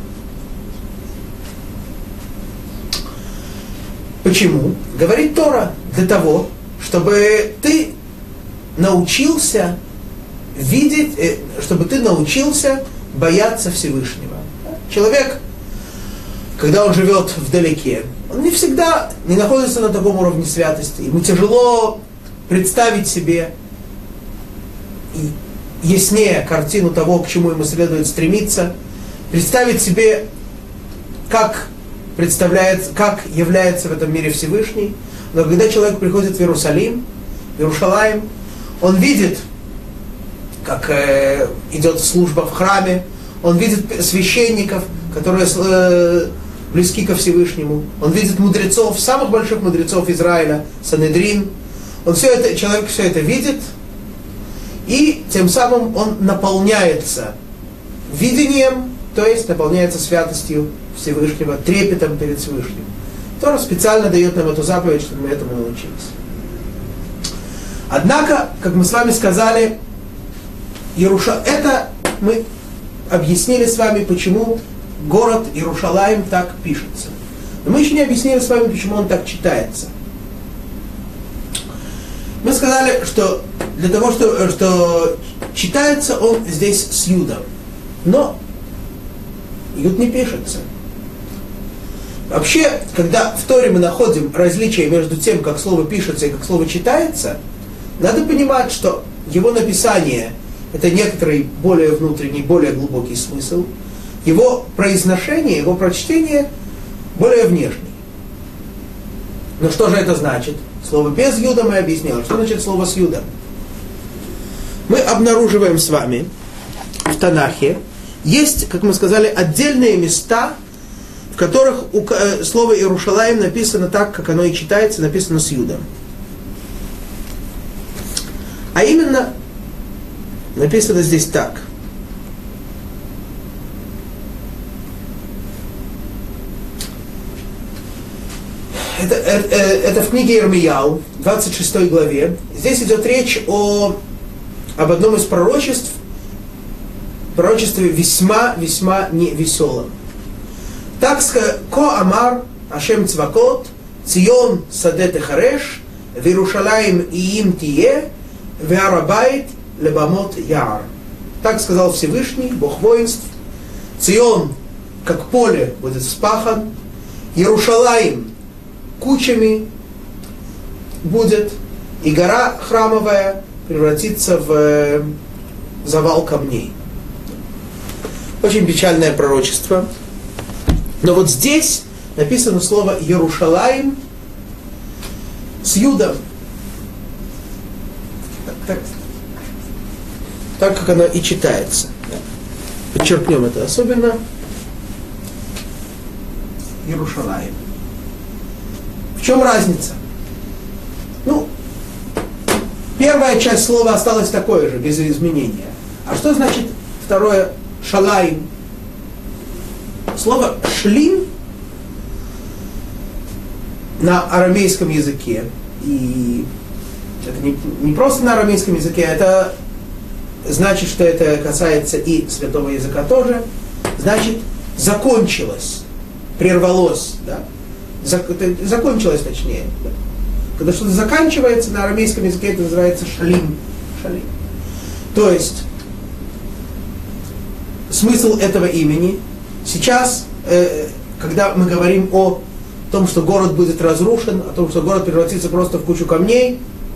Почему? Говорит Тора, для того, чтобы ты научился видеть, чтобы ты научился бояться Всевышнего. Человек, когда он живет вдалеке, он не всегда не находится на таком уровне святости. Ему тяжело представить себе и яснее картину того, к чему ему следует стремиться, представить себе, как является в этом мире Всевышний. Но когда человек приходит в Иерусалим, он видит, как идет служба в храме, он видит священников, которые близки ко Всевышнему, он видит мудрецов, самых больших мудрецов Израиля, Санедрин. Человек все это видит, и тем самым он наполняется видением, то есть наполняется святостью Всевышнего, трепетом перед Всевышним. Тора специально дает нам эту заповедь, чтобы мы этому научились. Однако, как мы с вами сказали, это мы объяснили с вами, почему город Иерушалаим так пишется. Но мы еще не объяснили с вами, почему он так читается. Мы сказали, что для того, что читается он здесь с юдом. Но юд не пишется. Вообще, когда в Торе мы находим различие между тем, как слово пишется и как слово читается, надо понимать, что его написание – это некоторый более внутренний, более глубокий смысл. Его произношение, его прочтение более внешний. Но что же это значит? Слово без юда мы объяснили. Что значит слово с юдом? Мы обнаруживаем с вами в Танахе, есть, как мы сказали, отдельные места, в которых слово Иерушалаим написано так, как оно и читается, написано с юдом. А именно, написано здесь так. Это в книге Ирмияу, 26 главе. Здесь идет речь об одном из пророчестве весьма невеселом. Так сказано: «Ко амар Ашем Цвакот, Цион саде техареш, Вирушалаим иим тие, Веарабайт лебамот яар». Так сказал Всевышний, Бог воинств: Цион, как поле, будет вспахан, Иерушалаим кучами будет, и гора храмовая превратится в завал камней. Очень печальное пророчество. Но вот здесь написано слово Иерушалаим с юдом. Так как оно и читается. Подчеркнем это особенно. Иерушалаим. В чем разница? Первая часть слова осталась такой же, без изменения. А что значит второе шалаим? Слово шлим на арамейском языке, и это не просто на арамейском языке, это значит, что это касается и святого языка тоже, значит, закончилось, прервалось, да? Закончилось точнее. Да? Когда что-то заканчивается, на арамейском языке это называется шалим. То есть, смысл этого имени сейчас, когда мы говорим о том, что город будет разрушен, о том, что город превратится просто в кучу камней,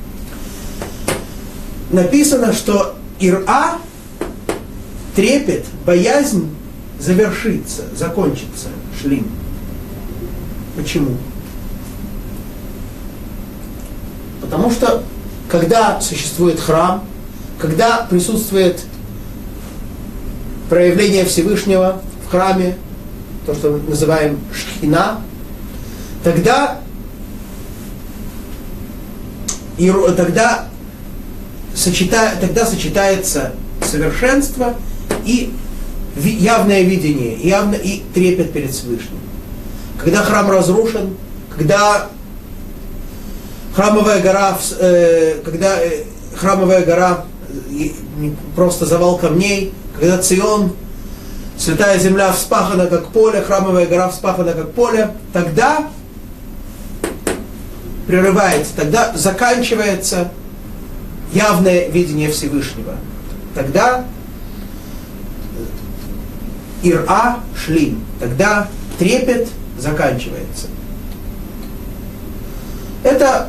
написано, что ира, трепет, боязнь завершится, закончится, шлим. Почему? Потому что, когда существует храм, когда присутствует проявление Всевышнего в храме, то, что мы называем шхина, тогда сочетается совершенство и явное видение, и трепет перед Всевышним. Когда храм разрушен, когда храмовая гора просто завал камней, когда Цион, святая земля, вспахана как поле, храмовая гора вспахана как поле, тогда прерывается, тогда заканчивается явное видение Всевышнего. Тогда ира шлим. Тогда трепет заканчивается. Это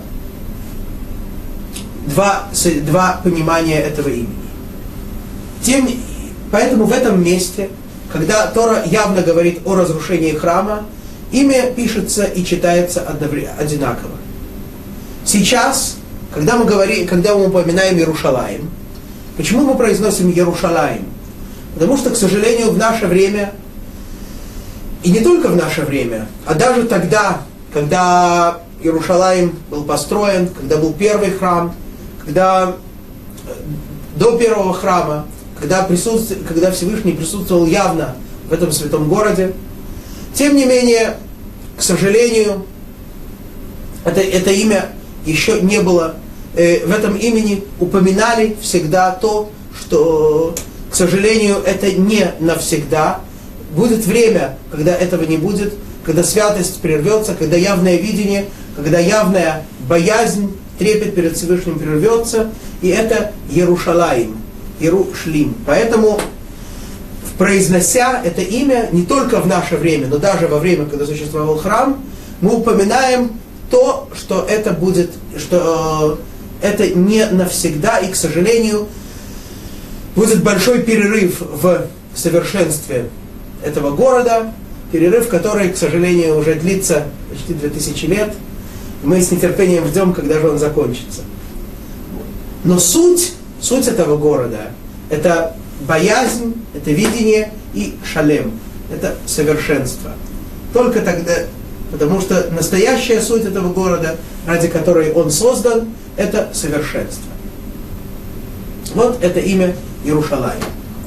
два понимания этого имени. Поэтому в этом месте, когда Тора явно говорит о разрушении храма, имя пишется и читается одинаково. Сейчас, когда мы упоминаем Иерушалаим, почему мы произносим Иерушалаим? Потому что, к сожалению, в наше время, и не только в наше время, а даже тогда, когда Иерушалаим был построен, когда был первый храм, когда до первого храма, когда Всевышний присутствовал явно в этом святом городе, тем не менее, к сожалению, это имя еще не было, в этом имени упоминали всегда то, что, к сожалению, это не навсегда. Будет время, когда этого не будет, когда святость прервется, когда явное видение, когда явная боязнь, трепет перед Всевышним прервется, и это Иерушалаим, Иерушлим. Поэтому, произнося это имя, не только в наше время, но даже во время, когда существовал храм, мы упоминаем то, что это будет, что это не навсегда, и, к сожалению, будет большой перерыв в совершенстве этого города, перерыв, который, к сожалению, уже длится почти 2000 лет. Мы с нетерпением ждем, когда же он закончится. Но суть этого города – это боязнь, это видение и шалем, это совершенство. Только тогда, потому что настоящая суть этого города, ради которой он создан, это совершенство. Вот это имя Иерушалаим.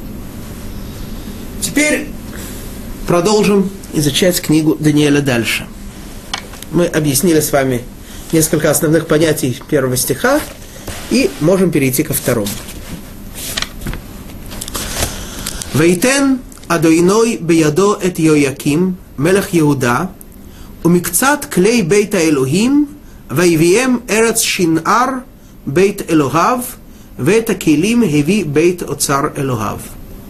Теперь продолжим изучать книгу Даниэля дальше. Мы объяснили с вами несколько основных понятий первого стиха и можем перейти ко второму. «Вейтен Адоиной биядо эт Йояким, мелех Иуда, умикцат клей бейт Элохим, ваивием эрец шинар бейт Элохав, вет акелим хеви бейт оцар Элохав».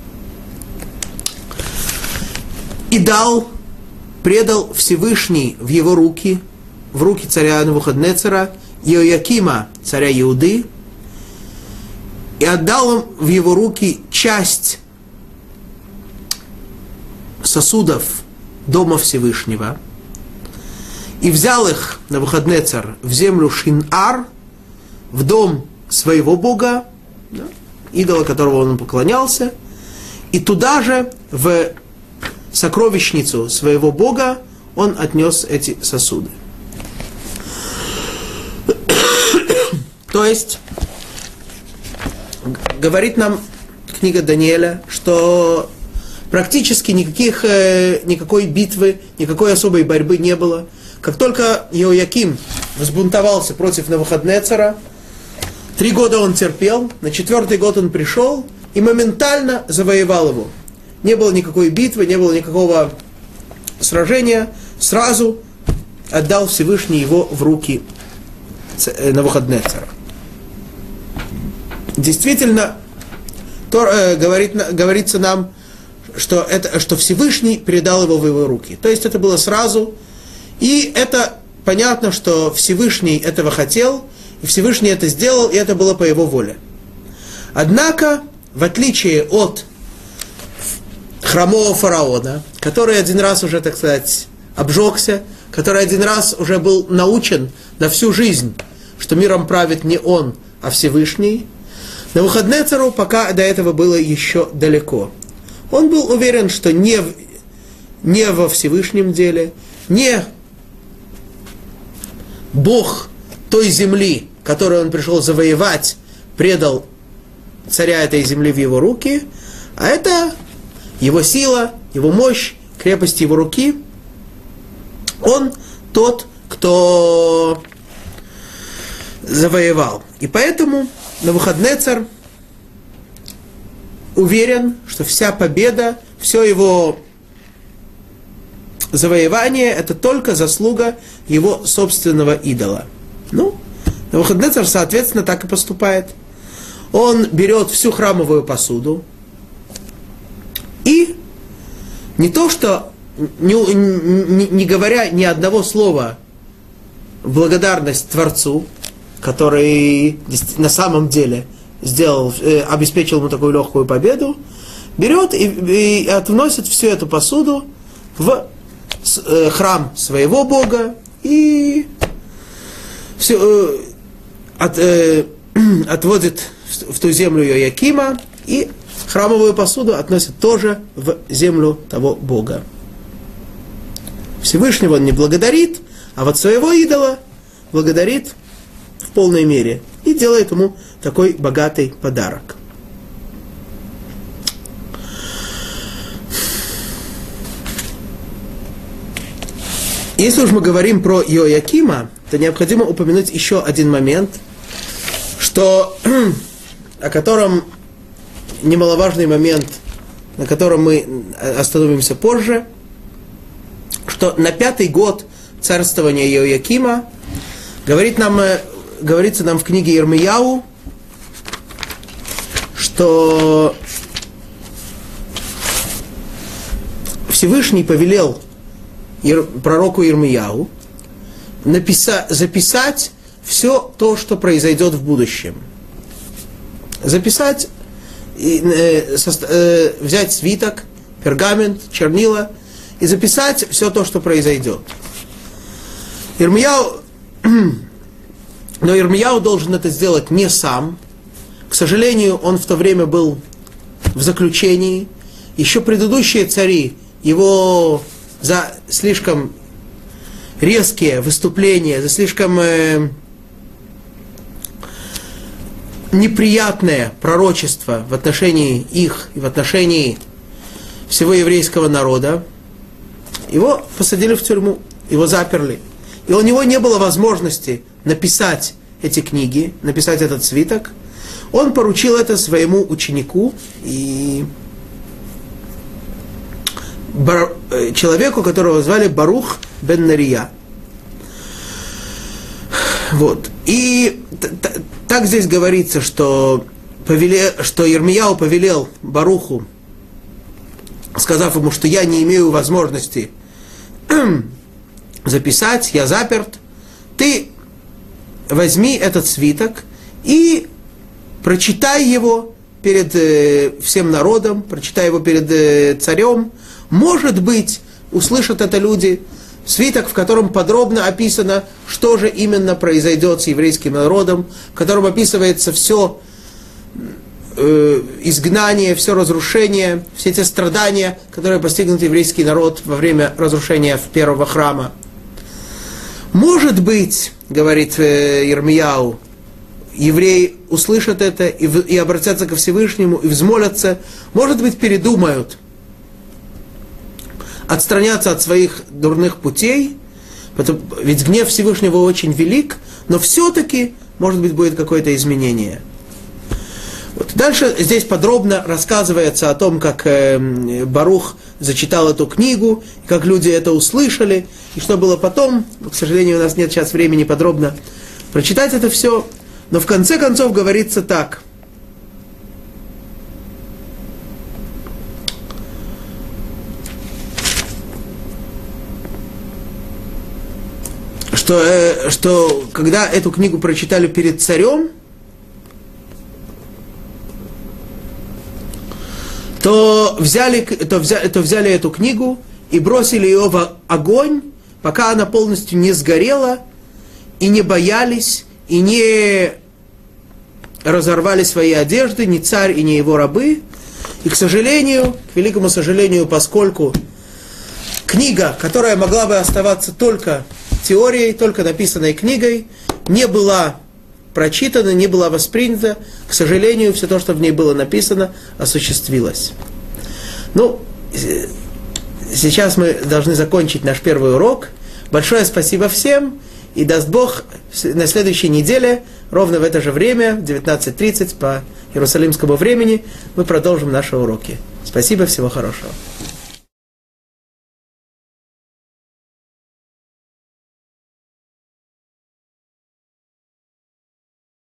И предал Всевышний в его руки, в руки царя Навуходнецера, Йоякима, царя Иуды, и отдал им в его руки часть сосудов Дома Всевышнего, и взял их Навуходнецер в землю Шинар, в дом своего бога, идола которого он поклонялся, и туда же, в сокровищницу своего бога, он отнес эти сосуды. То есть, говорит нам книга Даниэля, что практически никакой битвы, никакой особой борьбы не было. Как только Йояким взбунтовался против Навуходнецера, 3 года он терпел, на 4-й год он пришел и моментально завоевал его. Не было никакой битвы, не было никакого сражения, сразу отдал Всевышний его в руки Навуходнецера. Действительно, говорится нам, что Всевышний передал его в его руки. То есть это было сразу, и это понятно, что Всевышний этого хотел, и Всевышний это сделал, и это было по его воле. Однако, в отличие от хромого фараона, который один раз уже, так сказать, обжегся, который один раз уже был научен на всю жизнь, что миром правит не он, а Всевышний, Навуходнецеру пока до этого было еще далеко. Он был уверен, что не во Всевышнем деле, не Бог той земли, которую он пришел завоевать, предал царя этой земли в его руки, а это его сила, его мощь, крепость его руки. Он тот, кто завоевал. И поэтому Навуходнецер уверен, что вся победа, все его завоевание – это только заслуга его собственного идола. Навуходнецер, соответственно, так и поступает. Он берет всю храмовую посуду и не то, что не говоря ни одного слова в благодарность Творцу, который на самом деле обеспечил ему такую легкую победу, берет и относит всю эту посуду в храм своего Бога и отводит в ту землю Йоакима, и храмовую посуду относит тоже в землю того Бога. Всевышнего он не благодарит, а вот своего идола благодарит в полной мере и делает ему такой богатый подарок. Если уж мы говорим про Йоакима, то необходимо упомянуть еще один момент, о котором немаловажный момент, на котором мы остановимся позже, что на 5-й год царствования Йоакима говорится нам в книге Ирмияу, что Всевышний повелел пророку Ирмияу записать все то, что произойдет в будущем. Записать, взять свиток, пергамент, чернила и записать все то, что произойдет. Но Ирмияу должен это сделать не сам. К сожалению, он в то время был в заключении. Еще предыдущие цари его за слишком резкие выступления, за слишком неприятное пророчество в отношении их и в отношении всего еврейского народа, его посадили в тюрьму, его заперли. И у него не было возможности написать эти книги, написать этот свиток. Он поручил это своему ученику и человеку, которого звали Барух бен Нария. Вот. И так здесь говорится, что Ирмияу повелел Баруху, сказав ему, что я не имею возможности записать, я заперт, ты возьми этот свиток и прочитай его перед всем народом, прочитай его перед царем. Может быть, услышат это люди. Свиток, в котором подробно описано, что же именно произойдет с еврейским народом, в котором описывается все изгнание, все разрушение, все те страдания, которые постигнут еврейский народ во время разрушения первого храма. Может быть, говорит Ирмияу, евреи услышат это и обратятся ко Всевышнему, и взмолятся, может быть, передумают отстраняться от своих дурных путей, ведь гнев Всевышнего очень велик, но все-таки, может быть, будет какое-то изменение. Вот. Дальше здесь подробно рассказывается о том, как Барух зачитал эту книгу, как люди это услышали, и что было потом. К сожалению, у нас нет сейчас времени подробно прочитать это все, но в конце концов говорится так. Что когда эту книгу прочитали перед царем, то взяли эту книгу и бросили ее в огонь, пока она полностью не сгорела, и не боялись, и не разорвали свои одежды, ни царь и ни его рабы. И, к сожалению, к великому сожалению, поскольку книга, которая могла бы оставаться только теорией, только написанной книгой, не была прочитана, не была воспринята, к сожалению, все то, что в ней было написано, осуществилось. Ну, сейчас мы должны закончить наш первый урок. Большое спасибо всем, и даст Бог, на следующей неделе, ровно в это же время, в 19:30 по иерусалимскому времени, мы продолжим наши уроки. Спасибо, всего хорошего.